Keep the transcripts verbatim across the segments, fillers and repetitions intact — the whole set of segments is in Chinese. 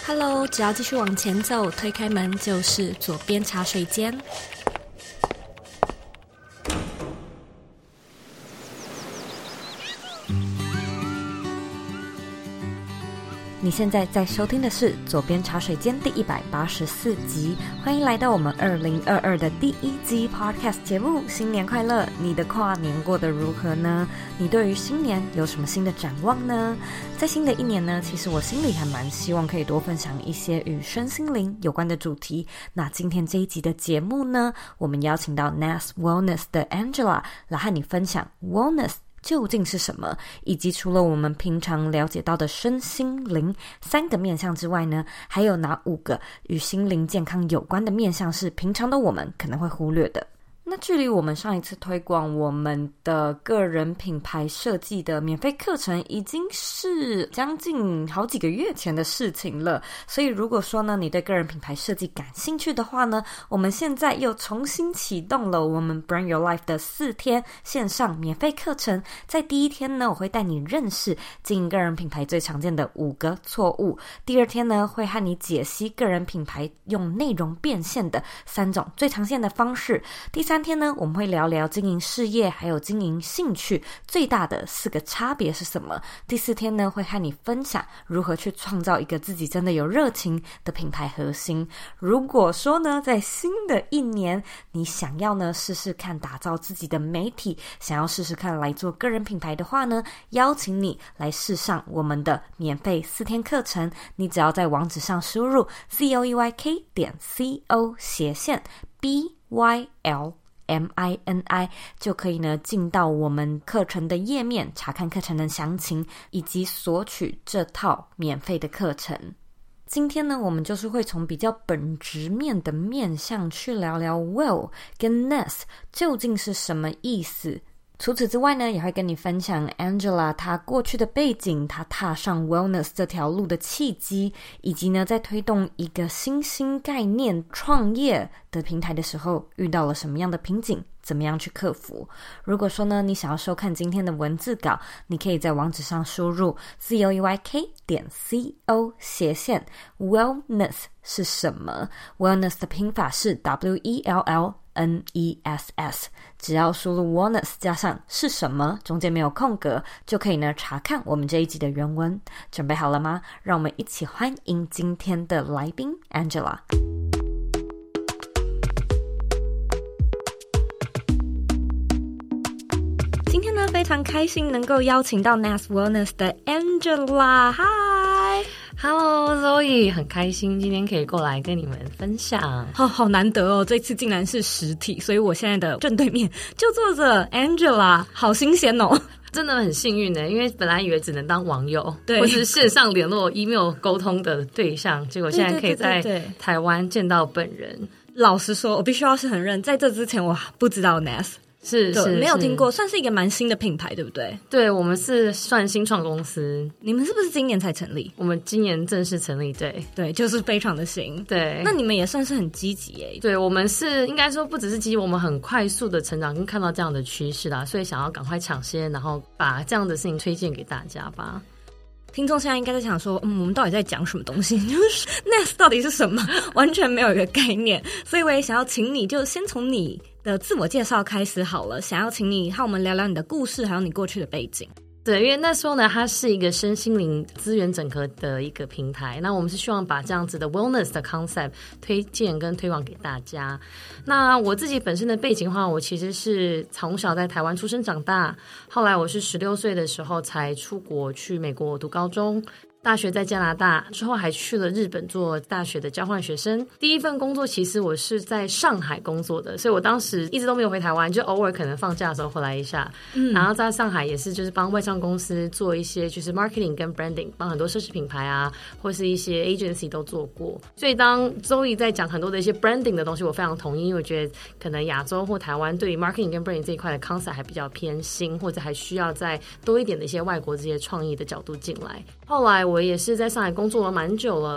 Hello， 只要继续往前走，推开门就是左边茶水间。你现在在收听的是左边茶水间第一百八十四集，欢迎来到我们二零二二的第一集 Podcast 节目。新年快乐！你的跨年过得如何呢？你对于新年有什么新的展望呢？在新的一年呢，其实我心里还蛮希望可以多分享一些与身心灵有关的主题。那今天这一集的节目呢，我们邀请到 Nest Wellness 的 Angela 来和你分享 Wellness究竟是什么，以及除了我们平常了解到的身心灵三个面向之外呢，还有哪五个与心灵健康有关的面向是平常的我们可能会忽略的。那距离我们上一次推广我们的个人品牌设计的免费课程已经是将近好几个月前的事情了，所以如果说呢你对个人品牌设计感兴趣的话呢，我们现在又重新启动了我们 Brand Your Life 的四天线上免费课程。在第一天呢，我会带你认识经营个人品牌最常见的五个错误，第二天呢，会和你解析个人品牌用内容变现的三种最常见的方式，第三天呢，我们会聊聊经营事业还有经营兴趣最大的四个差别是什么。第四天呢，会和你分享如何去创造一个自己真的有热情的品牌核心。如果说呢，在新的一年你想要呢试试看打造自己的媒体，想要试试看来做个人品牌的话呢，邀请你来试上我们的免费四天课程。你只要在网址上输入 zoyk 点 co 斜线 byl M I N I 就可以呢进到我们课程的页面，查看课程的详情，以及索取这套免费的课程。今天呢，我们就是会从比较本质面的面向去聊聊 Well 跟 Nest 究竟是什么意思。除此之外呢，也会跟你分享 Angela 她过去的背景，她踏上 Wellness 这条路的契机，以及呢在推动一个新兴概念创业的平台的时候遇到了什么样的瓶颈，怎么样去克服。如果说呢你想要收看今天的文字稿，你可以在网址上输入 zoyk 点 co 斜线 wellness 是什么。 Wellness 的拼法是 W E L L N E S S， 只要输入 Wellness 加上是什么，中间没有空格，就可以呢查看我们这一集的原文。准备好了吗？让我们一起欢迎今天的来宾 Angela。今天呢，非常开心能够邀请到 Nest Wellness 的 Angela。 Hi Hello Zoe， 很开心今天可以过来跟你们分享。 哦，好难得哦，这次竟然是实体，所以我现在的正对面就坐着 Angela， 好新鲜哦。 真的很幸运的，因为本来以为只能当网友对， 或是线上联络 email 沟通的对象，结果现在可以在台湾见到本人。 老实说，我必须要是很认，在这之前我不知道 Nest， 是是没有听过，算是一个蛮新的品牌，对不对？ 对，我们是算新创公司。 你们是不是今年才成立？ 我们今年正式成立，对对，就是非常的新。 对， 那你们也算是很积极耶。 对，我们是应该说不只是积极，我们很快速的成长，跟看到这样的趋势啦，所以想要赶快抢先，然后把这样的事情推荐给大家吧。 听众现在应该在想说，嗯，我们到底在讲什么东西？就是 Nest 到底是什么？完全没有一个概念。所以我也想要请你，就先从你的自我介绍开始好了。想要请你和我们聊聊你的故事，还有你过去的背景。 对，因为那时候呢，它是一个身心灵资源整合的一个平台。那我们是希望把这样子的 wellness 的 concept 推荐跟推广给大家。那我自己本身的背景的话，我其实是从小在台湾出生长大，后来我是十六岁的时候才出国去美国读高中。大学在加拿大之后还去了日本做大学的交换学生。第一份工作其实我是在上海工作的，所以我当时一直都没有回台湾，就偶尔可能放假的时候回来一下、嗯、然后在上海也是就是帮外商公司做一些就是 marketing 跟 branding， 帮很多奢侈品牌啊或是一些 agency 都做过。所以当 Zoe 在讲很多的一些 branding 的东西，我非常同意，因为我觉得可能亚洲或台湾对于 marketing 跟 branding 这一块的 concept 还比较偏新，或者还需要再多一点的一些外国这些创意的角度进来。后来我也是在上海工作了蛮久了，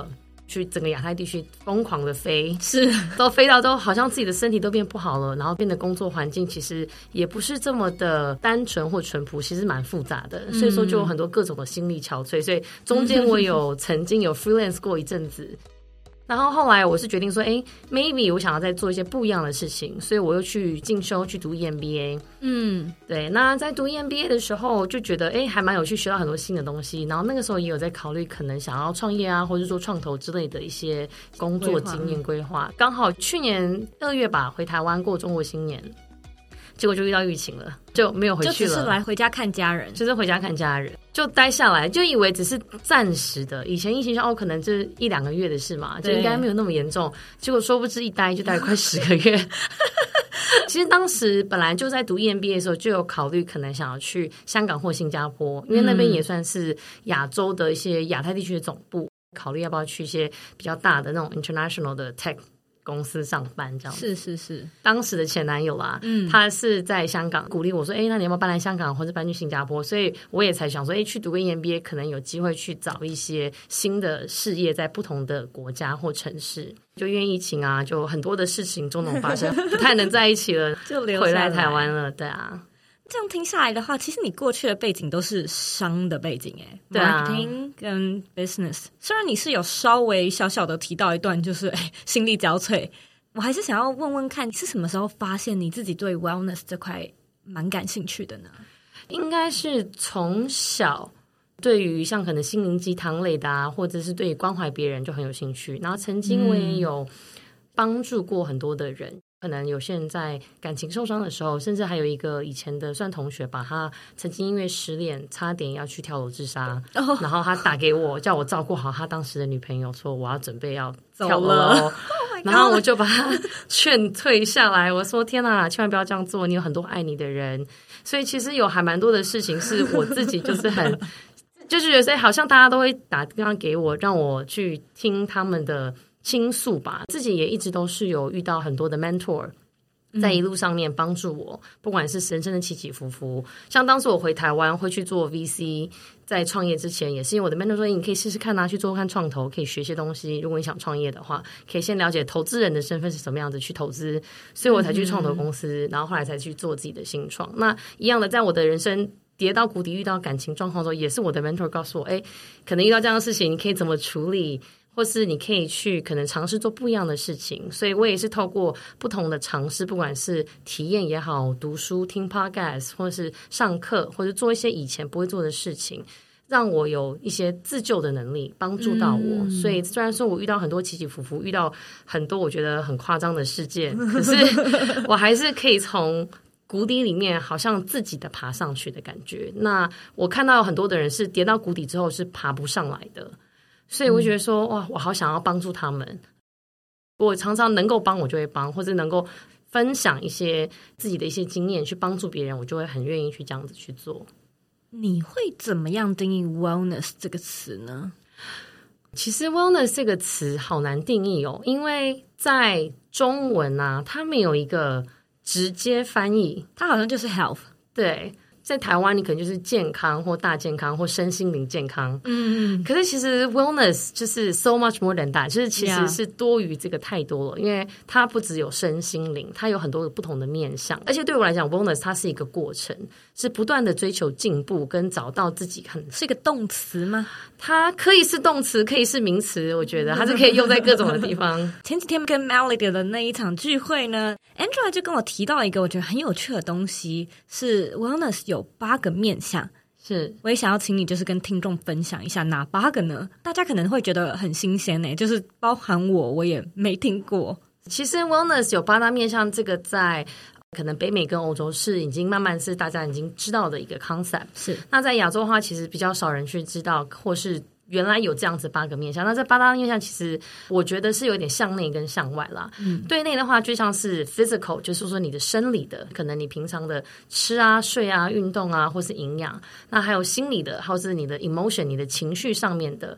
去整个亚太地区疯狂的飞， 是都飞到都好像自己的身体都变不好了，然后变得工作环境其实也不是这么的单纯或淳朴，其实蛮复杂的，所以说就有很多各种的心力憔悴，所以中间我有曾经有 freelance 过一阵子。然后后来我是决定说，哎 ，maybe 我想要再做一些不一样的事情，所以我又去进修去读 E M B A。嗯，对。那在读 E M B A 的时候，就觉得哎，还蛮有趣，学到很多新的东西。然后那个时候也有在考虑，可能想要创业啊，或者说创投之类的一些工作经验规划。刚好去年二月吧，回台湾过中国新年。结果就遇到疫情了，就没有回去了， 就只是来回家看家人， 就是回家看家人，就待下来，就以为只是暂时的。以前疫情说哦，可能就是一两个月的事嘛，就应该没有那么严重。结果殊不知一待就待了快十个月。其实当时本来就在读 E M B A 的时候，就有考虑可能想要去香港或新加坡，因为那边也算是亚洲的一些亚太地区的总部，考虑要不要去一些比较大的那种 international 的 tech。公司上班这样子。 是是是， 当时的前男友啦，嗯，他是在香港鼓励我说，哎，那你要不要搬来香港或者搬去新加坡？所以我也才想说，哎，去读个 E M B A 可能有机会去找一些新的事业在不同的国家或城市。就因为疫情啊，就很多的事情种种发生，不太能在一起了， 就留回来台湾了。对啊。 这样听下来的话，其实你过去的背景都是商的背景哎， 对啊 ，marketing 跟 business。虽然你是有稍微小小的提到一段，就是哎心力交瘁，我还是想要问问看，你是什么时候发现你自己对 wellness 这块蛮感兴趣的呢？ 应该是从小对于像可能心灵鸡汤类的啊，或者是对于关怀别人就很有兴趣。然后曾经我也有帮助过很多的人。嗯，可能有些人在感情受伤的时候，甚至还有一个以前的算同学吧，他曾经因为失恋差点要去跳楼自杀，哦，然后他打给我叫我照顾好他当时的女朋友，说我要准备要跳楼， oh， 然后我就把他劝退下来，我说天哪，千万不要这样做，你有很多爱你的人。所以其实有还蛮多的事情是我自己就是很就是觉得好像大家都会打电话给我，让我去听他们的倾诉吧，自己也一直都是有遇到很多的 mentor 在一路上面帮助我，嗯，不管是人生的起起伏伏，像当时我回台湾会去做 V C， 在创业之前也是因为我的 mentor 说你可以试试看啊，去做看创投，可以学些东西，如果你想创业的话可以先了解投资人的身份是什么样子去投资，所以我才去创投公司，嗯，然后后来才去做自己的新创。那一样的，在我的人生跌到谷底遇到感情状况的时候，也是我的 mentor 告诉我，哎，可能遇到这样的事情你可以怎么处理，或是你可以去可能尝试做不一样的事情。所以我也是透过不同的尝试，不管是体验也好，读书听 podcast 或是上课，或者做一些以前不会做的事情，让我有一些自救的能力，帮助到我，嗯，所以虽然说我遇到很多起起伏伏，遇到很多我觉得很夸张的事件，可是我还是可以从谷底里面好像自己的爬上去的感觉。那我看到有很多的人是跌到谷底之后是爬不上来的，所以我觉得说，哇，我好想要帮助他们。我常常能够帮我就会帮，或者能够分享一些自己的一些经验去帮助别人，我就会很愿意去这样子去做。 你会怎么样定义 wellness 这个词呢？ 其实 wellness 这个词好难定义哦，因为在中文啊，它没有一个直接翻译， 它好像就是 health。 对，在台湾你可能就是健康或大健康或身心灵健康，嗯，可是其实 wellness 就是 so much more than that， 就是其实是多于这个太多了，因为它不只有身心灵，它有很多不同的面向。而且对我来讲 wellness 它是一个过程，是不断的追求进步跟找到自己很。 是一个动词吗？ 它可以是动词，可以是名词，我觉得它是可以用在各种的地方。 前几天跟 Melody 的那一场聚会呢， Angela 就跟我提到一个我觉得很有趣的东西，是 wellness 有八个面向。 是， 我也想要请你就是跟听众分享一下哪八个呢？大家可能会觉得很新鲜耶，就是包含我我也没听过。 其实 wellness 有八大面向，这个在可能北美跟欧洲是已经慢慢是大家已经知道的一个 concept。 是，那在亚洲的话其实比较少人去知道，或是原来有这样子八个面向。那这八大面向其实我觉得是有点向内跟向外啦。嗯，对内的话就像是 physical， 就是说你的生理的，可能你平常的吃啊睡啊运动啊或是营养。那还有心理的，或是你的 emotion， 你的情绪上面的。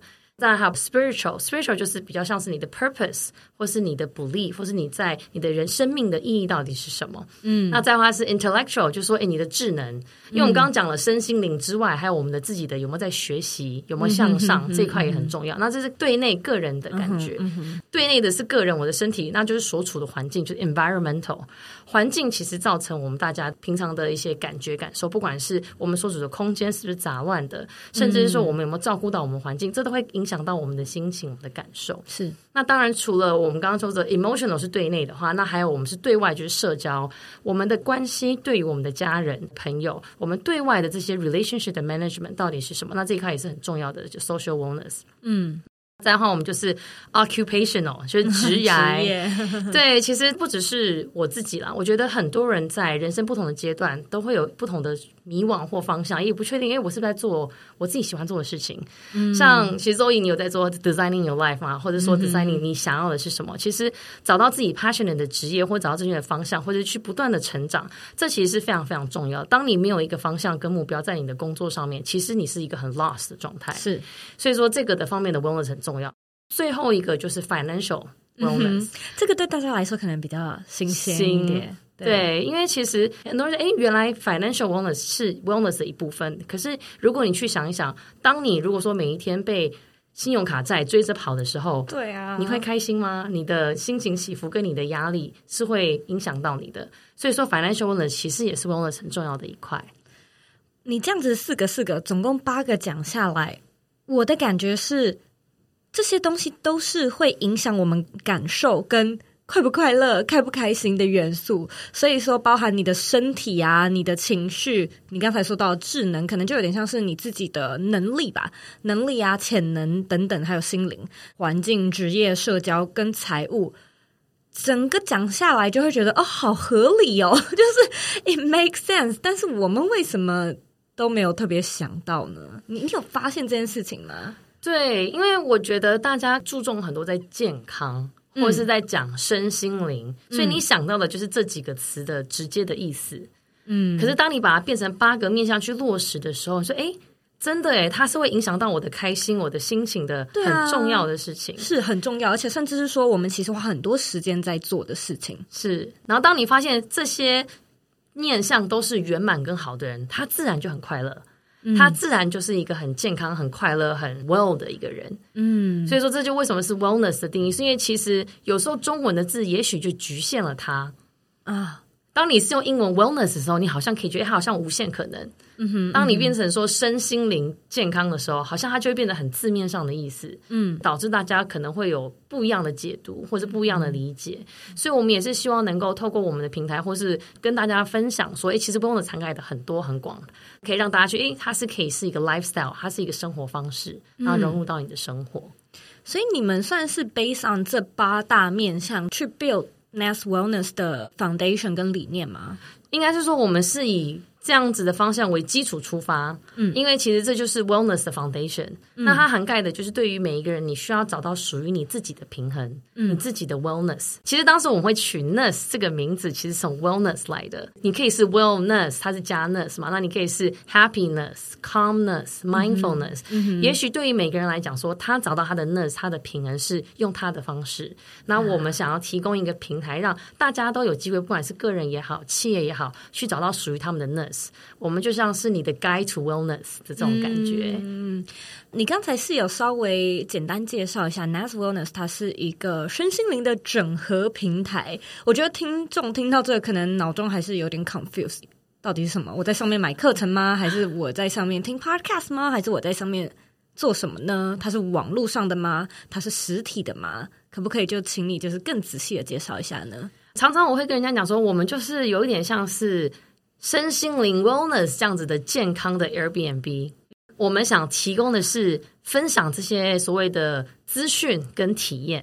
当然还有 spiritual spiritual 就是比较像是你的 purpose 或是你的 belief 或是你在你的人生命的意义到底是什么。嗯，那再的话是 intellectual 就是说诶你的智能，因为我们刚刚讲了身心灵之外还有我们的自己的有没有在学习有没有向上、嗯、这一块也很重要、嗯、那这是对内个人的感觉、嗯嗯、对内的是个人我的身体，那就是所处的环境就是 environmental 环境其实造成我们大家平常的一些感觉感受，不管是我们所处的空间是不是杂乱的，甚至是说我们有没有照顾到我们环境、嗯、这都会影响到我们的心情我们的感受。 是，那当然除了我们刚刚说的 emotional 是对内的话，那还有我们是对外就是社交，我们的关系对于我们的家人朋友，我们对外的这些 relationship 的 management 到底是什么，那这一块也是很重要的，就 social wellness。 嗯，再的话我们就是 occupational 就是职涯对，其实不只是我自己啦，我觉得很多人在人生不同的阶段都会有不同的迷惘或方向，也不确定因为我是不是在做我自己喜欢做的事情、嗯、像其实Zoe你有在做 designing your life 吗？或者说 designing 你想要的是什么、嗯、其实找到自己 passionate 的职业或找到正确的方向，或者去不断的成长，这其实是非常非常重要。当你没有一个方向跟目标在你的工作上面，其实你是一个很 lost 的状态。是，所以说这个的方面的 wellness 很重要。最后一个就是 financial wellness、嗯、 这个对大家来说可能比较新鲜一点。 对, 对，因为其实很多人说，哎，原来 financial wellness 是 wellness 的一部分。可是如果你去想一想，当你如果说每一天被信用卡债追着跑的时候，对啊，你会开心吗？你的心情起伏跟你的压力是会影响到你的。所以说 financial wellness 其实也是 wellness 很重要的一块。 你这样子四个四个总共八个讲下来，我的感觉是这些东西都是会影响我们感受跟快不快乐开不开心的元素。所以说包含你的身体啊，你的情绪，你刚才说到的智能，可能就有点像是你自己的能力吧，能力啊潜能等等，还有心灵环境职业社交跟财务，整个讲下来就会觉得哦好合理哦，就是 it makes sense。 但是我们为什么都没有特别想到呢？你你有发现这件事情吗？ 对，因为我觉得大家注重很多在健康或者是在讲身心灵、嗯、所以你想到的就是这几个词的直接的意思。嗯，可是当你把它变成八个面向去落实的时候，说哎，真的哎，它是会影响到我的开心我的心情的很重要的事情、啊、 是很重要，而且甚至是说我们其实花很多时间在做的事情。 是，然后当你发现这些面向都是圆满跟好的人，他自然就很快乐，他自然就是一个很健康很快乐很 well 的一个人。嗯，所以说这就为什么是 wellness 的定义，是因为其实有时候中文的字也许就局限了它啊。当你是用英文 wellness 的时候，你好像可以觉得它好像无限可能。嗯哼，当你变成说身心灵健康的时候，好像它就会变得很字面上的意思。嗯，导致大家可能会有不一样的解读或是不一样的理解。嗯、所以我们也是希望能够透过我们的平台，或是跟大家分享说，哎，其实 wellness 涵盖的很多很广，可以让大家去，哎，它是可以是一个 lifestyle， 它是一个生活方式，然后融入到你的生活。嗯、 所以你们算是 based on 这八大面向去 build Nest Wellness 的 foundation 跟理念吗？ 应该是说我们是以这样子的方向为基础出发，嗯，因为其实这就是 wellness 的 foundation，嗯，那它涵盖的就是对于每一个人，你需要找到属于你自己的平衡，嗯，你自己的 wellness。其实当时我们会取 ness 这个名字，其实从 wellness 来的。你可以是 wellness， 它是加 ness 嘛，那你可以是 happiness、calmness、mindfulness，嗯。也许对于每个人来讲说，他找到他的 ness， 他的平衡是用他的方式。那我们想要提供一个平台，让大家都有机会，不管是个人也好，企业也好，去找到属于他们的 ness。我们就像是你的 guide to wellness 的这种感觉。嗯， 你刚才是有稍微简单介绍一下 Nest Wellness， 它是一个身心灵的整合平台。我觉得听众听到这个可能脑中还是有点 confused， 到底是什么？我在上面买课程吗？还是我在上面听 podcast 吗？还是我在上面做什么呢？它是网络上的吗？它是实体的吗？可不可以就请你就是更仔细的介绍一下呢？ 常常我会跟人家讲说，我们就是有一点像是身心灵 wellness 这样子的健康的 Airbnb， 我们想提供的是分享这些所谓的资讯跟体验，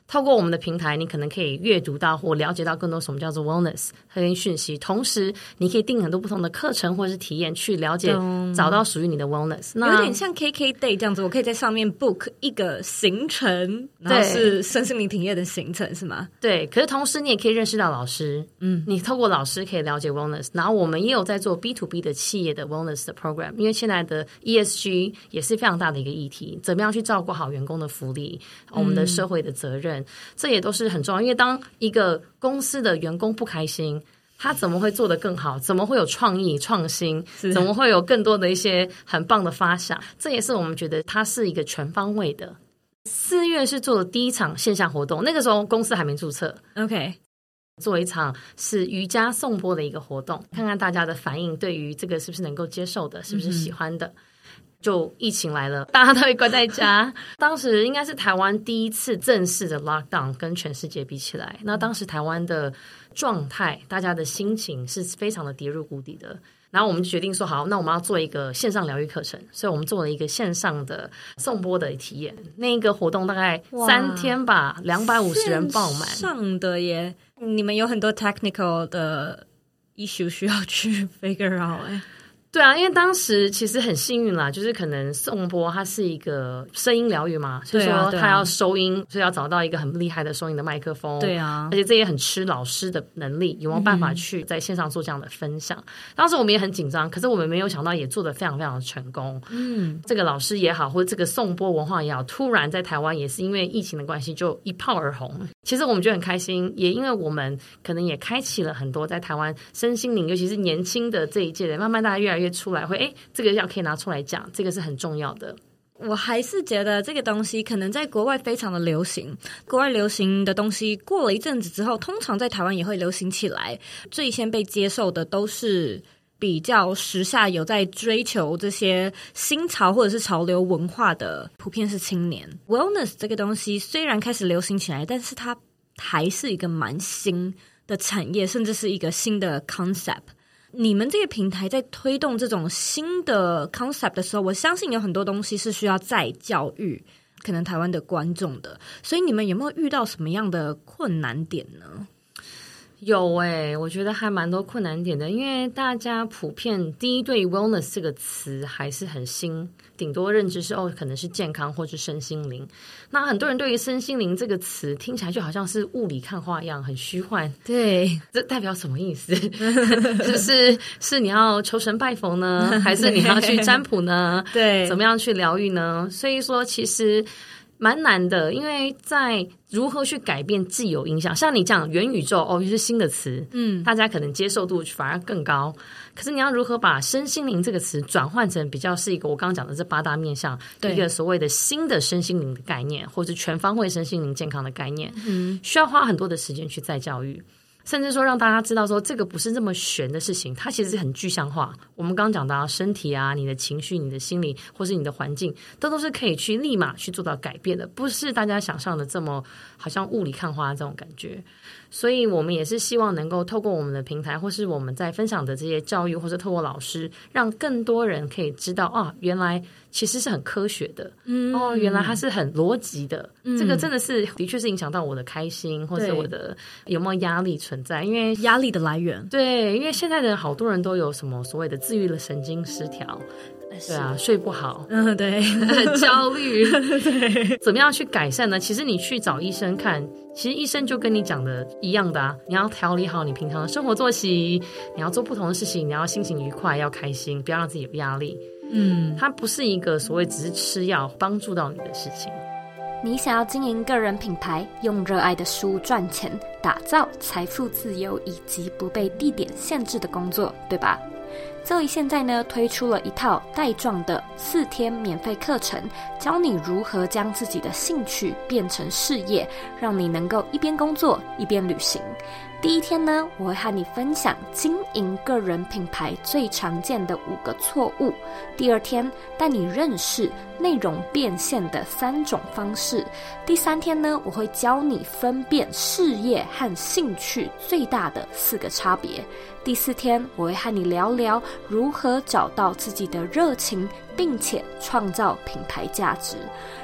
透过我们的平台，你可能可以阅读到或了解到更多什么叫做 wellness 和讯息，同时你可以订很多不同的课程或者是体验去了解、嗯、找到属于你的 wellness。 那有点像 K K Day 这样子，我可以在上面 book 一个行程，然后是身心灵体验的行程是吗？ 对，可是同时你也可以认识到老师，嗯，你透过老师可以了解 wellness， 然后我们也有在做 B to B 的企业的 wellness 的 program， 因为现在的 E S G 也是非常大的一个议题，怎么样去照顾好员工的福利，我们的社会的责任、嗯、这也都是很重要。因为当一个公司的员工不开心，他怎么会做得更好？怎么会有创意创新？怎么会有更多的一些很棒的发想？这也是我们觉得它是一个全方位的。四月是做的第一场线下活动，那个时候公司还没注册 OK， 做一场是瑜伽颂钵的一个活动，看看大家的反应，对于这个是不是能够接受的，是不是喜欢的、嗯、就疫情来了，大家都会关在家当时应该是台湾第一次正式的 lockdown， 跟全世界比起来，那当时台湾的状态，大家的心情是非常的跌入谷底的。然后我们就决定说好，那我们要做一个线上疗愈课程，所以我们做了一个线上的颂钵的体验。那一个活动大概三天吧，两百五十人爆满。 上的耶，你们有很多 technical 的 issue 需要去 figure out 哎。 对啊，因为当时其实很幸运啦，就是可能颂钵它是一个声音疗愈嘛，所以说它要收音，所以要找到一个很厉害的收音的麦克风。 对啊， 而且这也很吃老师的能力，有没有办法去在线上做这样的分享、嗯、当时我们也很紧张，可是我们没有想到也做得非常非常的成功。嗯，这个老师也好，或者这个颂钵文化也好，突然在台湾也是因为疫情的关系就一炮而红。其实我们觉得很开心，也因为我们可能也开启了很多在台湾身心灵，尤其是年轻的这一届的，慢慢大家越来越出来会诶这个要可以拿出来讲，这个是很重要的。 我还是觉得这个东西可能在国外非常的流行，国外流行的东西过了一阵子之后，通常在台湾也会流行起来。最先被接受的都是比较时下有在追求这些新潮或者是潮流文化的，普遍是青年。 Wellness 这个东西虽然开始流行起来，但是它还是一个蛮新的产业，甚至是一个新的 concept。你们这个平台在推动这种新的 concept 的时候，我相信有很多东西是需要再教育可能台湾的观众的，所以你们有没有遇到什么样的困难点呢？ 有欸，我觉得还蛮多困难点的，因为大家普遍第一对 wellness 这个词还是很新，顶多认知是哦，可能是健康或是身心灵。那很多人对于身心灵这个词听起来就好像是雾里看花一样，很虚幻。 对， 这代表什么意思？就是是你要求神拜佛呢，还是你要去占卜呢？对，怎么样去疗愈呢？所以说其实蛮难的，因为在如何去改变既有影响，像你讲元宇宙哦，就是新的词，嗯，大家可能接受度反而更高。可是你要如何把身心灵这个词转换成比较是一个我刚刚讲的这八大面向，一个所谓的新的身心灵的概念，或者全方位身心灵健康的概念，嗯，需要花很多的时间去再教育。甚至说让大家知道说这个不是这么玄的事情，它其实很具象化。我们刚刚讲到身体啊，你的情绪，你的心理，或是你的环境，都都是可以去立马去做到改变的，不是大家想象的这么好像雾里看花这种感觉。所以我们也是希望能够透过我们的平台，或是我们在分享的这些教育，或者透过老师，让更多人可以知道啊，原来其实是很科学的，嗯，哦，原来它是很逻辑的，嗯，这个真的是的确是影响到我的开心，或者我的有没有压力存在，因为压力的来源， 对，因为现在的好多人都有什么所谓的自愈的神经失调。对啊，睡不好， 嗯，对， 焦虑，对，怎么样去改善呢？其实你去找医生看，其实医生就跟你讲的一样的啊，你要调理好你平常的生活作息，你要做不同的事情，你要心情愉快，要开心，不要让自己有压力。嗯，它不是一个所谓只是吃药帮助到你的事情。 你想要经营个人品牌，用热爱的事物赚钱，打造财富自由以及不被地点限制的工作，对吧？Zoe现在呢推出了一套带状的四天免费课程，教你如何将自己的兴趣变成事业，让你能够一边工作一边旅行。第一天呢，我会和你分享经营个人品牌最常见的五个错误。第二天，带你认识内容变现的三种方式。第三天呢，我会教你分辨事业和兴趣最大的四个差别。第四天，我会和你聊聊如何找到自己的热情，并且创造品牌价值。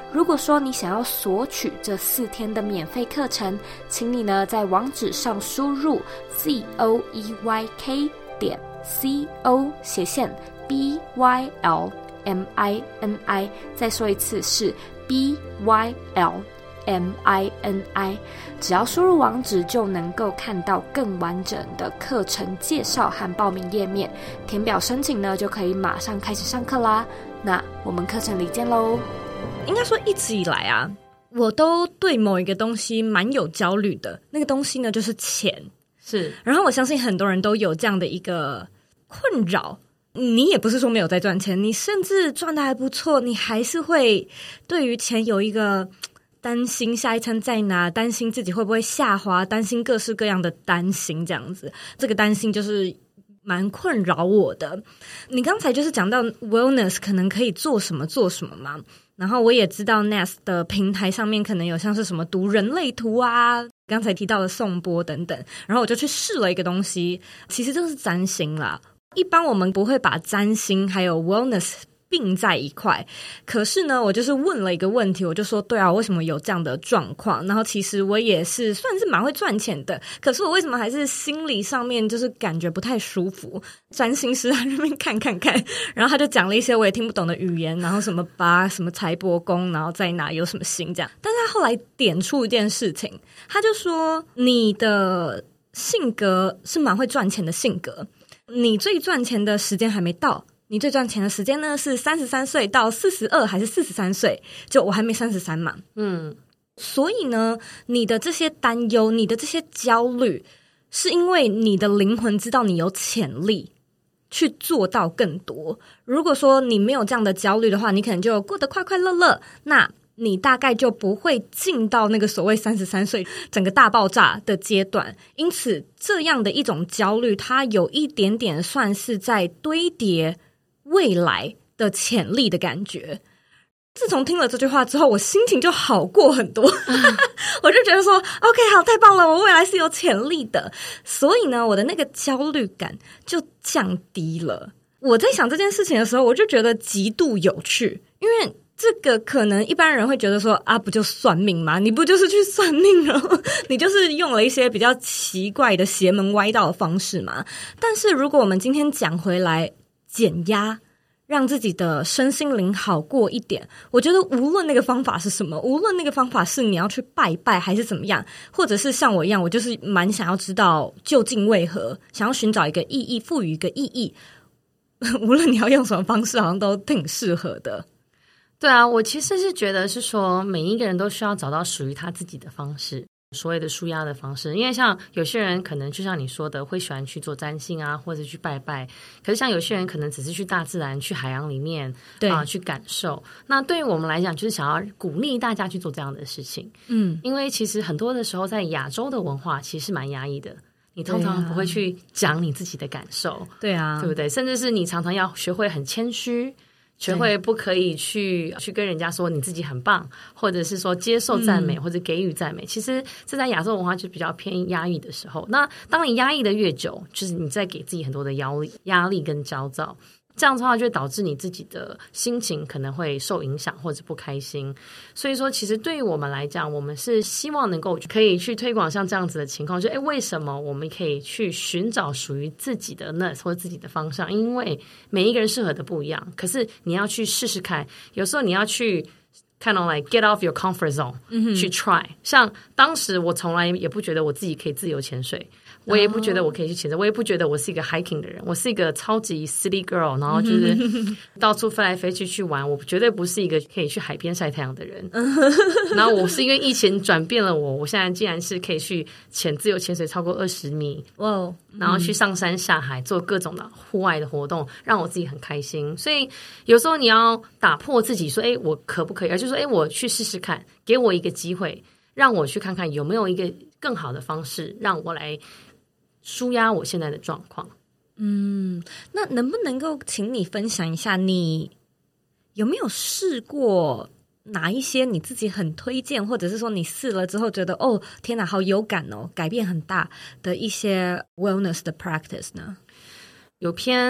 如果说你想要索取这四天的免费课程，请你呢在网址上输入 z o e y k 点 c o 斜线 b y l m i n i， 再说一次是 b y l m i n i， 只要输入网址就能够看到更完整的课程介绍和报名页面，填表申请呢就可以马上开始上课啦。那我们课程里见咯。 应该说一直以来啊，我都对某一个东西蛮有焦虑的，那个东西呢就是钱。 是， 然后我相信很多人都有这样的一个困扰，你也不是说没有在赚钱，你甚至赚得还不错，你还是会对于钱有一个担心下一餐在哪，担心自己会不会下滑，担心各式各样的担心，这样子，这个担心就是蛮困扰我的。你刚才就是讲到 wellness 可能可以做什么做什么嘛，然后我也知道 Nest 的平台上面可能有像是什么读人类图啊，刚才提到的颂钵等等，然后我就去试了一个东西，其实这是占星啦。一般我们不会把占星还有 wellness 并在一块，可是呢我就是问了一个问题，我就说对啊，为什么有这样的状况，然后其实我也是算是蛮会赚钱的，可是我为什么还是心理上面就是感觉不太舒服。占星师在那边看看看，然后他就讲了一些我也听不懂的语言，然后什么八什么财帛宫，然后在哪有什么星这样，但是他后来点出一件事情，他就说你的性格是蛮会赚钱的性格，你最赚钱的时间还没到，你最赚钱的时间呢是三十三岁到四十二还是四十三岁，就我还没三十三嘛。嗯，所以呢你的这些担忧，你的这些焦虑，是因为你的灵魂知道你有潜力去做到更多。如果说你没有这样的焦虑的话，你可能就过得快快乐乐，那你大概就不会进到那个所谓三十三岁整个大爆炸的阶段。因此这样的一种焦虑，它有一点点算是在堆叠未来的潜力的感觉。自从听了这句话之后，我心情就好过很多我就觉得说 OK 好，太棒了，我未来是有潜力的，所以呢我的那个焦虑感就降低了。我在想这件事情的时候，我就觉得极度有趣，因为这个可能一般人会觉得说啊，不就算命吗？你不就是去算命了你就是用了一些比较奇怪的邪门歪道的方式嘛。但是如果我们今天讲回来减压，让自己的身心灵好过一点，我觉得无论那个方法是什么，无论那个方法是你要去拜拜还是怎么样，或者是像我一样，我就是蛮想要知道究竟为何，想要寻找一个意义，赋予一个意义无论你要用什么方式，好像都挺适合的。 对啊，我其实是觉得是说每一个人都需要找到属于他自己的方式，所谓的抒压的方式。因为像有些人可能就像你说的会喜欢去做占星啊，或者去拜拜，可是像有些人可能只是去大自然，去海洋里面对啊、呃、去感受。那对于我们来讲，就是想要鼓励大家去做这样的事情。嗯，因为其实很多的时候在亚洲的文化其实是蛮压抑的，你通常不会去讲你自己的感受，对啊，对不对？甚至是你常常要学会很谦虚，学会不可以去去跟人家说你自己很棒，或者是说接受赞美、嗯、或者给予赞美。其实这在亚洲文化就比较偏压抑的时候，那当你压抑的越久，就是你在给自己很多的压力压力跟焦躁，这样子的话就会导致你自己的心情可能会受影响或者不开心。所以说其实对于我们来讲，我们是希望能够可以去推广像这样子的情况，就诶为什么我们可以去寻找属于自己的 nurse 或者自己的方向，因为每一个人适合的不一样，可是你要去试试看，有时候你要去kind of like get off your comfort zone、嗯、去 try。 像当时我从来也不觉得我自己可以自由潜水，我也不觉得我可以去潜水，我也不觉得我是一个 hiking 的人，我是一个超级 city girl， 然后就是到处飞来飞去去玩，我绝对不是一个可以去海边晒太阳的人然后我是因为疫情转变了我，我现在竟然是可以去潜自由潜水超过二十米，哇！然后去上山下海做各种的户外的活动，让我自己很开心。所以有时候你要打破自己说诶我可不可以，而就是说诶我去试试看，给我一个机会，让我去看看有没有一个更好的方式让我来抒压我现在的状况。 嗯，那能不能够请你分享一下，你有没有试过哪一些你自己很推荐，或者是说你试了之后觉得哦天哪好有感哦，改变很大的一些 wellness 的 practice 呢？ 有篇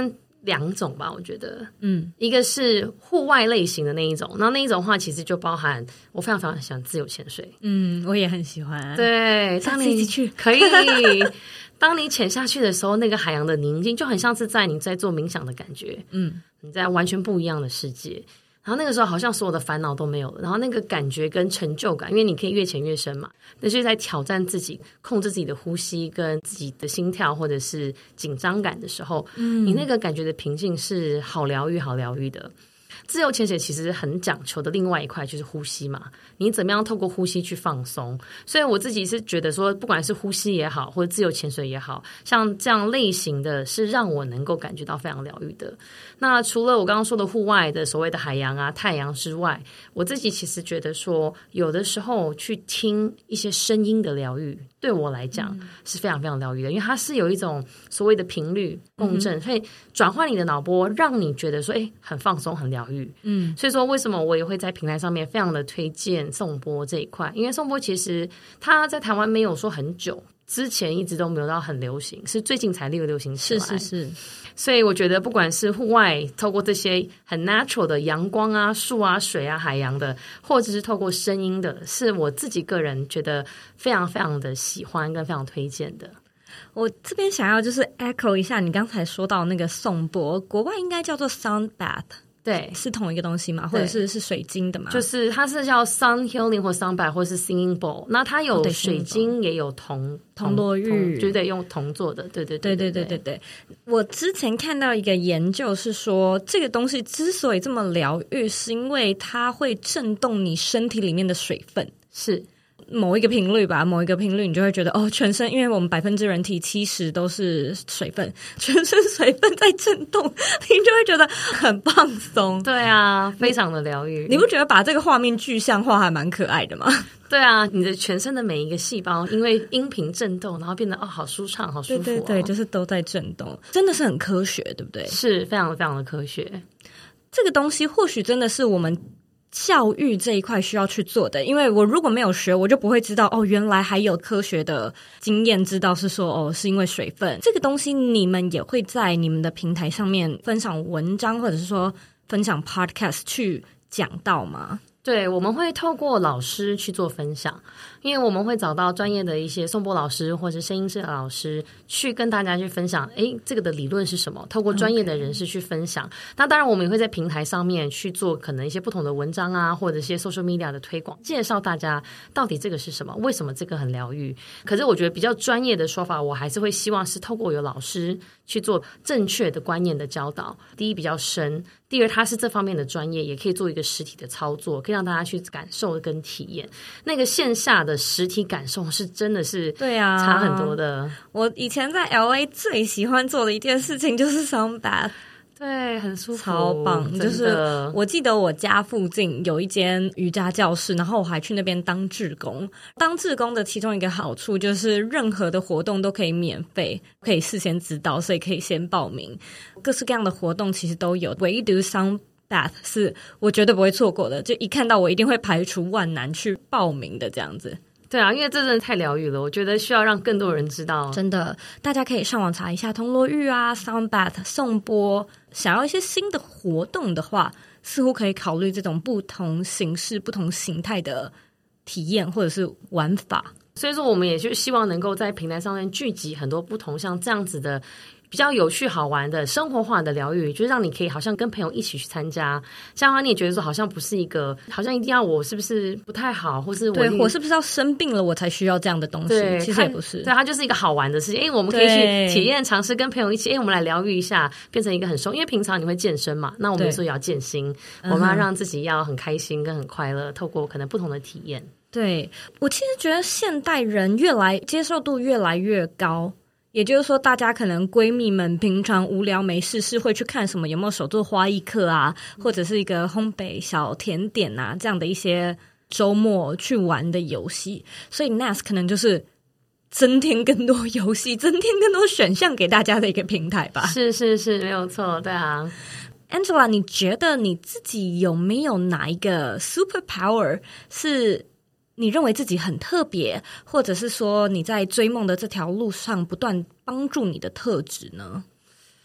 两种吧，我觉得， 嗯， 一个是户外类型的那一种，然后那一种的话，其实就包含我非常非常喜欢自由潜水， 嗯，我也很喜欢， 对， 下当你次一起去可以，当你潜下去的时候，那个海洋的宁静就很像是在你在做冥想的感觉， 嗯， 你在完全不一样的世界。然后那个时候好像所有的烦恼都没有了，然后那个感觉跟成就感，因为你可以越潜越深嘛，那就是在挑战自己，控制自己的呼吸跟自己的心跳或者是紧张感的时候，嗯，你那个感觉的平静是好疗愈好疗愈的。自由潜水其实很讲求的另外一块就是呼吸嘛，你怎么样透过呼吸去放松。所以我自己是觉得说，不管是呼吸也好，或者自由潜水也好，像这样类型的是让我能够感觉到非常疗愈的。那除了我刚刚说的户外的所谓的海洋啊、太阳之外，我自己其实觉得说，有的时候去听一些声音的疗愈，对我来讲是非常非常疗愈的，因为它是有一种所谓的频率共振，所以转换你的脑波，让你觉得说，哎，很放松、很疗愈。嗯，所以说为什么我也会在平台上面非常的推荐颂钵这一块，因为颂钵其实它在台湾没有说很久，之前一直都没有到很流行，是最近才流流行起来。 是是是， 所以我觉得不管是户外透过这些很 natural 的阳光啊、树啊、水啊、海洋的，或者是透过声音的，是我自己个人觉得非常非常的喜欢跟非常推荐的。 我这边想要就是 echo 一下你刚才说到那个颂钵，国外应该叫做 sound bath。 对， 是同一个东西吗？或者是是水晶的吗？ 就是它是叫 sun healing 或 sun bath 或是 singing bowl， 那它有水晶也有铜铜罗玉， 就得用铜做的。对对对对对对对。我之前看到一个研究是说，这个东西之所以这么疗愈，是因为它会震动你身体里面的水分。 是。 某一个频率吧，某一个频率你就会觉得哦，全身因为我们百分之人体七十都是水分，全身水分在震动，你就会觉得很放松。 对啊，非常的疗愈。 你不觉得把这个画面具象化还蛮可爱的吗？ 对啊，你的全身的每一个细胞因为音频震动，然后变得哦，好舒畅，好舒服、哦。 对对对，就是都在震动，真的是很科学，对不对？ 是非常非常的科学。 这个东西或许真的是我们教育这一块需要去做的，因为我如果没有学，我就不会知道哦，原来还有科学的经验知道是说哦，是因为水分这个东西。你们也会在你们的平台上面分享文章，或者是说分享 podcast 去讲到吗？ 对，我们会透过老师去做分享，因为我们会找到专业的一些颂钵老师或者声音师的老师去跟大家去分享，诶，这个的理论是什么，透过专业的人士去分享。Okay. 那当然我们也会在平台上面去做可能一些不同的文章啊，或者一些 social media 的推广，介绍大家到底这个是什么，为什么这个很疗愈。可是我觉得比较专业的说法，我还是会希望是透过有老师去做正确的观念的教导。第一比较深，第二他是这方面的专业，也可以做一个实体的操作，可以让大家去感受跟体验。那个线下的实体感受是真的是对啊， 差很多的。 啊、我以前在 L A 最喜欢做的一件事情就是 sound bath。 对，很舒服， 超棒！就是我记得我家附近有一间瑜伽教室，然后我还去那边当志工。当志工的其中一个好处就是任何的活动都可以免费，可以事先知道，所以可以先报名。各式各样的活动其实都有，唯独 sound bath 是我绝对不会错过的，就一看到我一定会排除万难去报名的这样子。 对啊，因为这真的太疗愈了，我觉得需要让更多人知道。 真的，大家可以上网查一下铜锣玉啊、sound bath、颂钵。想要一些新的活动的话，似乎可以考虑这种不同形式、不同形态的体验或者是玩法。 所以说，我们也就希望能够在平台上面聚集很多不同像这样子的比较有趣好玩的生活化的疗愈，就是让你可以好像跟朋友一起去参加。这样的话你也觉得说好像不是一个好像一定要我是不是不太好，或是我对我是不是要生病了我才需要这样的东西， 对， 其实也不是。 对，它就是一个好玩的事情。诶，我们可以去体验尝试跟朋友一起，诶，我们来疗愈一下，变成一个很收，因为平常你会健身嘛，那我们有时候也要健心，我们要让自己要很开心跟很快乐，透过可能不同的体验。 对，我其实觉得现代人越来接受度越来越高，也就是说大家可能闺蜜们平常无聊没事是会去看什么有没有手做花艺课啊，或者是一个烘焙小甜点啊，这样的一些周末去玩的游戏。所以 N A S 可能就是增添更多游戏，增添更多选项给大家的一个平台吧。 是是是，没有错。对啊， Angela， 你觉得你自己有没有哪一个 super power 是你认为自己很特别，或者是说你在追梦的这条路上不断帮助你的特质呢？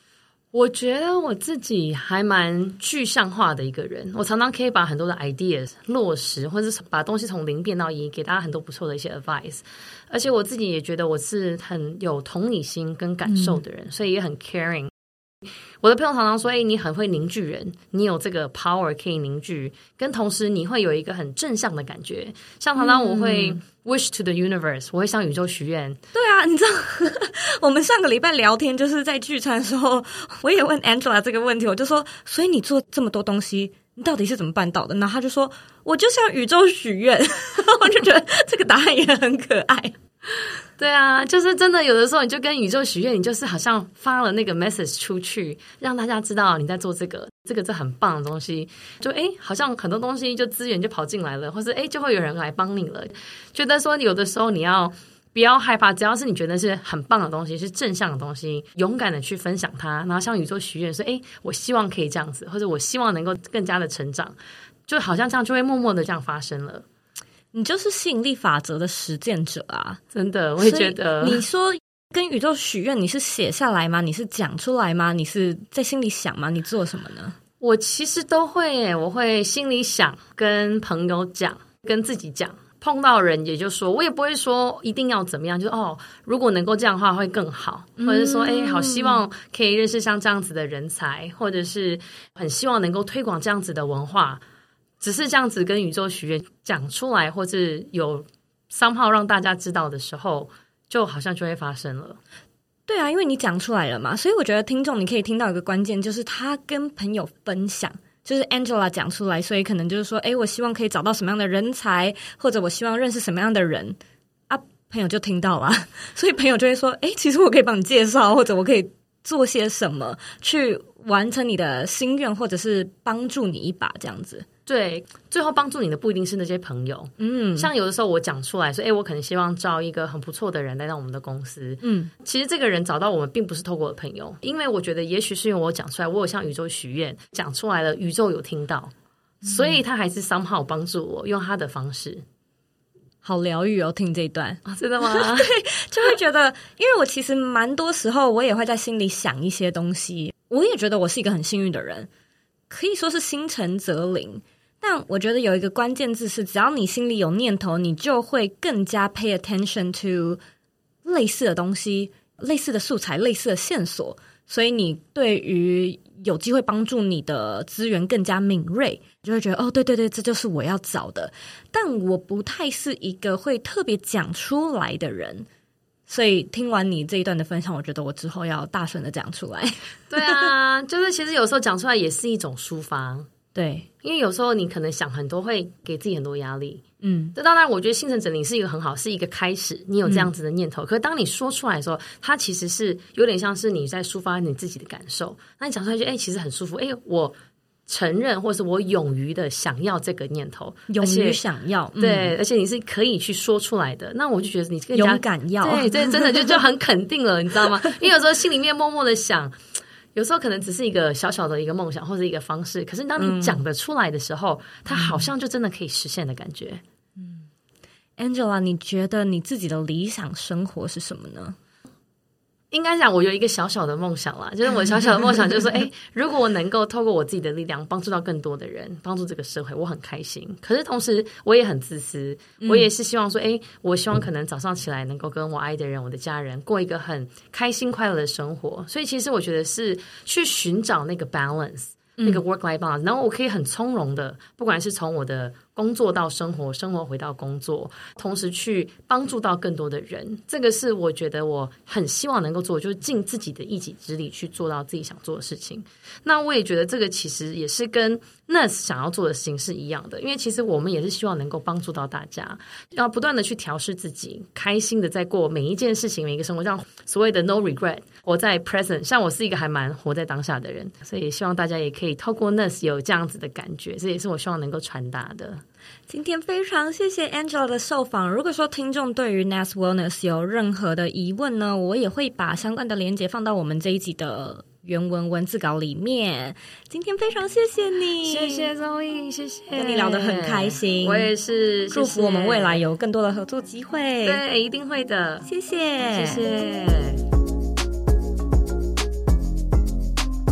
我觉得我自己还蛮具象化的一个人，我常常可以把很多的 ideas 落实，或者是把东西从零变到一，给大家很多不错的一些 advice。而且我自己也觉得我是很有同理心跟感受的人，嗯、所以也很 caring。我的朋友常常说：“哎、欸，你很会凝聚人，你有这个 power 可以凝聚，跟同时你会有一个很正向的感觉。像常常我会 wish to the universe，、嗯、我会向宇宙许愿。 对啊，你知道，我们上个礼拜聊天就是在聚餐的时候，我也问 Angela 这个问题，我就说：所以你做这么多东西，你到底是怎么办到的？然后他就说：我就向宇宙许愿。我就觉得这个答案也很可爱。 对啊，就是真的有的时候你就跟宇宙许愿，你就是好像发了那个 message 出去，让大家知道你在做这个这个这很棒的东西，就诶好像很多东西就资源就跑进来了，或是诶就会有人来帮你了。觉得说有的时候你要不要害怕，只要是你觉得是很棒的东西，是正向的东西，勇敢的去分享它，然后向宇宙许愿说诶我希望可以这样子，或者我希望能够更加的成长，就好像这样就会默默的这样发生了。 你就是吸引力法则的实践者啊！ 真的，我也觉得。 你说跟宇宙许愿，你是写下来吗？你是讲出来吗？你是在心里想吗？你做什么呢？ 我其实都会耶，我会心里想，跟朋友讲，跟自己讲。碰到人也就说，我也不会说一定要怎么样，就是哦，如果能够这样的话会更好，或者是说，哎，好希望可以认识像这样子的人才，或者是很希望能够推广这样子的文化。只是这样子跟宇宙许愿讲出来，或是有somehow让大家知道的时候，就好像就会发生了。 对啊，因为你讲出来了嘛，所以我觉得听众你可以听到一个关键，就是他跟朋友分享，就是 Angela 讲出来，所以可能就是说，哎，我希望可以找到什么样的人才，或者我希望认识什么样的人啊，朋友就听到了，所以朋友就会说，哎，其实我可以帮你介绍，或者我可以做些什么去完成你的心愿，或者是帮助你一把这样子。 对，最后帮助你的不一定是那些朋友，嗯，像有的时候我讲出来说，哎，我可能希望招一个很不错的人来到我们的公司，嗯，其实这个人找到我们并不是透过我的朋友，因为我觉得也许是因为我讲出来，我有向宇宙许愿，讲出来了，宇宙有听到，嗯、所以他还是 somehow 帮助我用他的方式。 好疗愈哦，听这一段、 啊、真的吗？ 对，就会觉得，因为我其实蛮多时候我也会在心里想一些东西，我也觉得我是一个很幸运的人，可以说是心诚则灵。但我觉得有一个关键字是，只要你心里有念头，你就会更加 pay attention to 类似的东西、类似的素材、类似的线索，所以你对于有机会帮助你的资源更加敏锐，就会觉得哦，对对对，这就是我要找的。但我不太是一个会特别讲出来的人，所以听完你这一段的分享，我觉得我之后要大声的讲出来。 对啊，就是其实有时候讲出来也是一种抒发。 对， 因为有时候你可能想很多，会给自己很多压力。嗯，这当然，我觉得心诚则灵是一个很好，是一个开始。你有这样子的念头，嗯、可是当你说出来的时候，它其实是有点像是你在抒发你自己的感受。那你讲出来就，哎、欸，其实很舒服。哎、欸，我承认，或是我勇于的想要这个念头， 勇于想要， 嗯、对，而且你是可以去说出来的。那我就觉得你更加勇敢要， 对，这真的就就很肯定了，你知道吗？因为有时候心里面默默的想。有时候可能只是一个小小的一个梦想或者一个方式，可是当你讲得出来的时候、嗯、它好像就真的可以实现的感觉。 嗯 Angela， 你觉得你自己的理想生活是什么呢？ 应该讲我有一个小小的梦想啦，就是我小小的梦想就是说，哎，如果我能够透过我自己的力量帮助到更多的人，帮助这个社会，我很开心。可是同时我也很自私，我也是希望说，哎，我希望可能早上起来能够跟我爱的人、我的家人过一个很开心快乐的生活。所以其实我觉得是去寻找那个 balance， 那个 work-life balance， 然后我可以很从容的，不管是从我的工作到生活，生活回到工作，同时去帮助到更多的人，这个是我觉得我很希望能够做，就是尽自己的一己之力去做到自己想做的事情。那我也觉得这个其实也是跟 Nurse 想要做的事情是一样的，因为其实我们也是希望能够帮助到大家，要不断的去调试自己，开心的在过每一件事情，每一个生活，像所谓的 no regret， 活在 present。像我是一个还蛮活在当下的人，所以也希望大家也可以透过 Nurse 有这样子的感觉，这也是我希望能够传达的。 今天非常谢谢 Angela 的受访。如果说听众对于 Nest Wellness 有任何的疑问呢，我也会把相关的连结放到我们这一集的原文文字稿里面。今天非常谢谢你， 谢谢 Zoe， 谢谢， 跟你聊得很开心。 我也是， 祝福我们未来有更多的合作机会。 对，一定会的。 谢谢， 谢谢。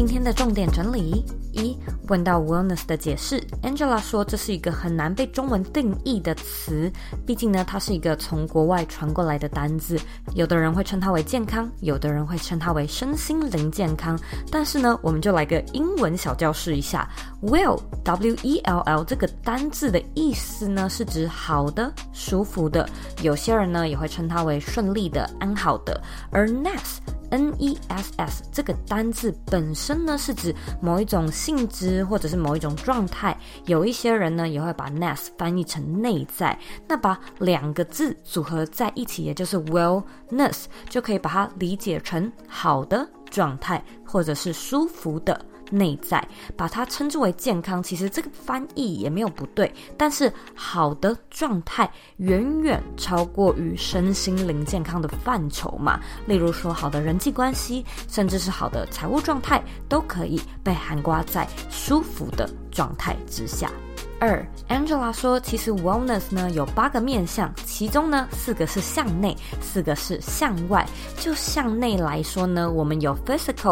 今天的重点整理：一、问到 wellness 的解释 ，Angela 说这是一个很难被中文定义的词，毕竟呢，它是一个从国外传过来的单字，有的人会称它为健康，有的人会称它为身心灵健康。但是呢，我们就来个英文小教室一下 ，well W E L L 这个单字的意思呢，是指好的、舒服的，有些人呢也会称它为顺利的、安好的，而 ness N E S S 这个单字本身呢是指某一种性质或者是某一种状态，有一些人呢也会把 ness 翻译成内在，那把两个字组合在一起，也就是 wellness， 就可以把它理解成好的状态或者是舒服的内在，把它称之为健康，其实这个翻译也没有不对，但是好的状态远远超过于身心灵健康的范畴嘛，例如说好的人际关系，甚至是好的财务状态，都可以被涵盖在舒服的状态之下。二 Angela 说，其实 wellness 呢有八个面向，其中呢四个是向内，四个是向外。就向内来说呢，我们有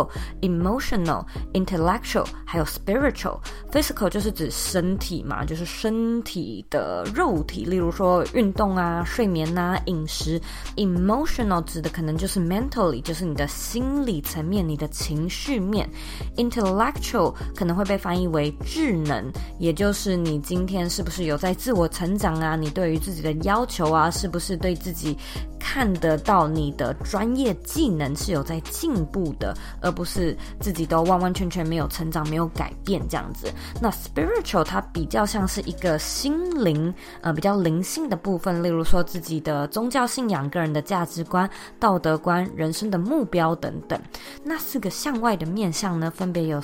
physical、emotional、intellectual 还有 spiritual。physical 就是指身体嘛，就是身体的肉体，例如说运动啊、睡眠啊、饮食。emotional 指的可能就是 mentally， 就是你的心理层面、你的情绪面。intellectual 可能会被翻译为智能，也就是你今天是不是有在自我成长啊，你对于自己的要求啊，是不是对自己看得到你的专业技能是有在进步的，而不是自己都完完全全没有成长、没有改变这样子。那 spiritual 它比较像是一个心灵呃比较灵性的部分，例如说自己的宗教信仰、个人的价值观、道德观、人生的目标等等。那四个向外的面向呢，分别有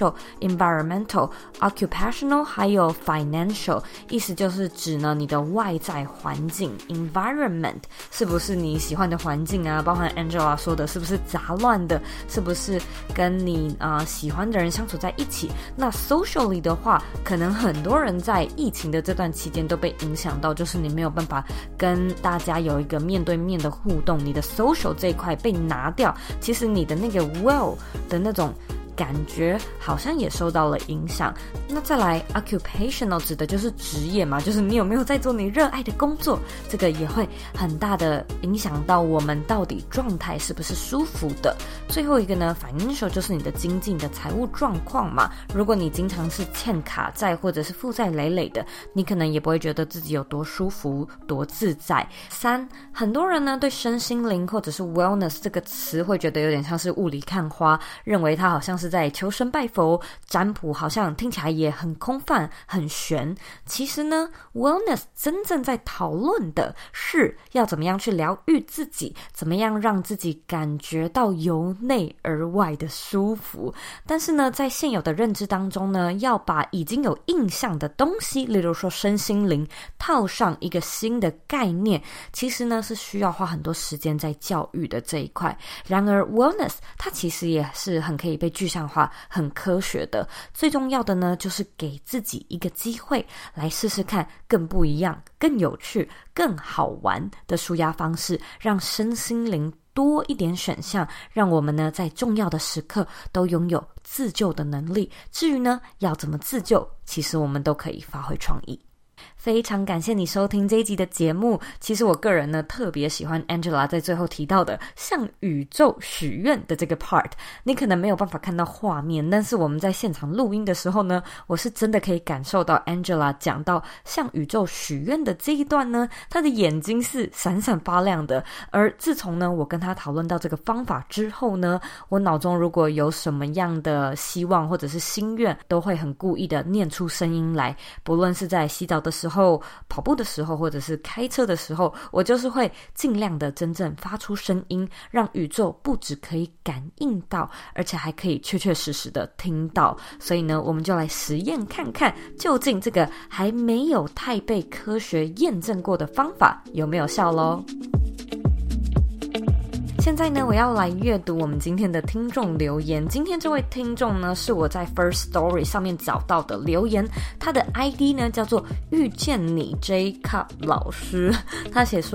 social、environmental、occupational 还有 financial， 意思就是指呢你的外在环境 environment 是不是你喜欢的环境啊，包含 Angela 说的是不是杂乱的，是不是跟你、呃、喜欢的人相处在一起。那 socially 的话，可能很多人在疫情的这段期间都被影响到，就是你没有办法跟大家有一个面对面的互动，你的 social 这一块被拿掉，其实你的那个 well 的那种感觉好像也受到了影响。那再来 occupational 指的就是职业嘛，就是你有没有在做你热爱的工作，这个也会很大的影响到我们到底状态是不是舒服的。最后一个呢 financial 就是你的经济的财务状况嘛，如果你经常是欠卡债或者是负债累累的，你可能也不会觉得自己有多舒服多自在。三，很多人呢对身心灵或者是 wellness 这个词会觉得有点像是雾里看花，认为它好像是是在求神拜佛，占卜好像听起来也很空泛很玄。其实呢 wellness 真正在讨论的是要怎么样去疗愈自己，怎么样让自己感觉到由内而外的舒服。但是呢在现有的认知当中呢，要把已经有印象的东西，例如说身心灵，套上一个新的概念，其实呢是需要花很多时间在教育的这一块。然而 wellness 它其实也是很可以被具象化、很科学的。最重要的呢，就是给自己一个机会来试试看更不一样、更有趣、更好玩的抒压方式，让身心灵多一点选项，让我们呢在重要的时刻都拥有自救的能力。至于呢要怎么自救，其实我们都可以发挥创意。非常感谢你收听这一集的节目。其实我个人呢特别喜欢 Angela 在最后提到的向宇宙许愿的这个 part。 你可能没有办法看到画面，但是我们在现场录音的时候呢，我是真的可以感受到 Angela 讲到向宇宙许愿的这一段呢，她的眼睛是闪闪发亮的。而自从呢我跟她讨论到这个方法之后呢，我脑中如果有什么样的希望或者是心愿，都会很故意的念出声音来，不论是在洗澡的时候、跑步的时候，或者是开车的时候，我就是会尽量的真正发出声音，让宇宙不只可以感应到，而且还可以确确实实的听到。所以呢，我们就来实验看看，究竟这个还没有太被科学验证过的方法有没有效咯。现在呢，我要来阅读我们今天的听众留言。今天这位听众呢，是我在 First Story 上面找到的留言，他的 I D 呢叫做遇见你 J Cup 老师。他写说，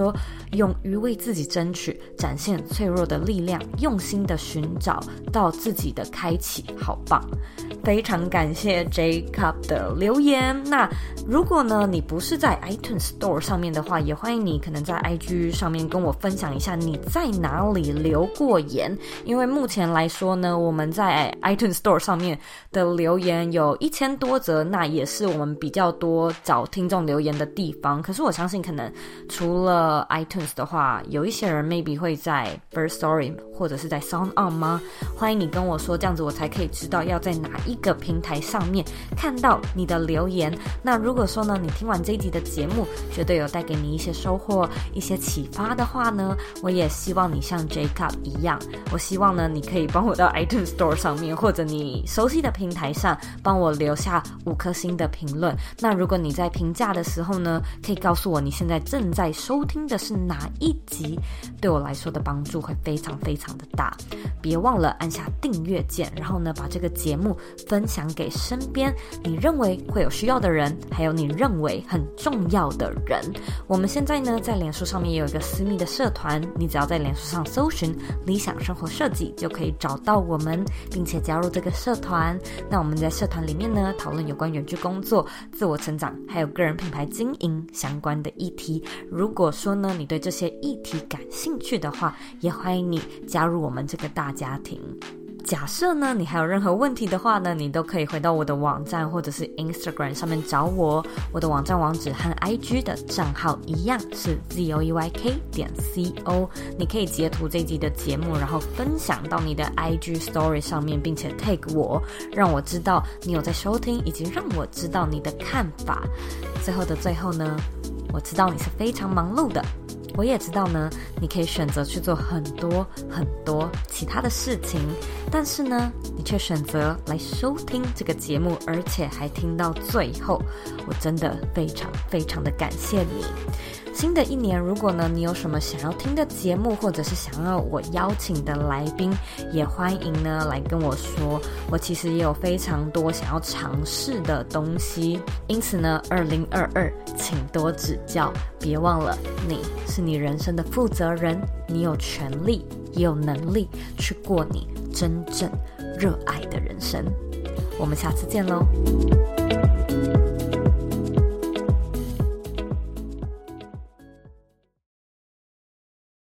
勇于为自己争取，展现脆弱的力量，用心的寻找到自己的开启，好棒！非常感谢 Jacob 的留言。那如果呢你不是在 iTunes Store 上面的话，也欢迎你可能在 I G 上面跟我分享一下你在哪里留过言，因为目前来说呢，我们在 iTunes Store 上面的留言有一千多则，那也是我们比较多找听众留言的地方。可是我相信可能除了 iTunes 的话，有一些人 maybe 会在 Firstory 或者是在 Sound On 吗？欢迎你跟我说，这样子我才可以知道要在哪一个平台上面看到你的留言。那如果说呢你听完这一集的节目觉得有带给你一些收获，一些启发的话呢，我也希望你像 Jacob 一样，我希望呢你可以帮我到 iTunes Store 上面或者你熟悉的平台上帮我留下五颗星的评论。那如果你在评价的时候呢，可以告诉我你现在正在收听的是哪一集，对我来说的帮助会非常非常的大。别忘了按下订阅键，然后呢把这个节目分享给身边你认为会有需要的人，还有你认为很重要的人。我们现在呢在脸书上面也有一个私密的社团，你只要在脸书上搜寻理想生活设计就可以找到我们，并且加入这个社团。那我们在社团里面呢讨论有关远距工作、自我成长还有个人品牌经营相关的议题。如果说呢你对这些议题感兴趣的话，也欢迎你加入我们这个大家庭。假设呢你还有任何问题的话呢，你都可以回到我的网站或者是 Instagram 上面找我。我的网站网址和 I G 的账号一样是 zoeyk 点 co， 你可以截图这一集的节目，然后分享到你的 I G Story 上面，并且 tag 我，让我知道你有在收听，以及让我知道你的看法。最后的最后呢，我知道你是非常忙碌的，我也知道呢你可以选择去做很多很多其他的事情，但是呢你却选择来收听这个节目，而且还听到最后，我真的非常非常的感谢你。新的一年，如果呢你有什么想要听的节目，或者是想要我邀请的来宾，也欢迎呢来跟我说。我其实也有非常多想要尝试的东西，因此呢二零二二请多指教。别忘了你是你人生的负责人，你有权利也有能力去过你真正热爱的人生。我们下次见咯。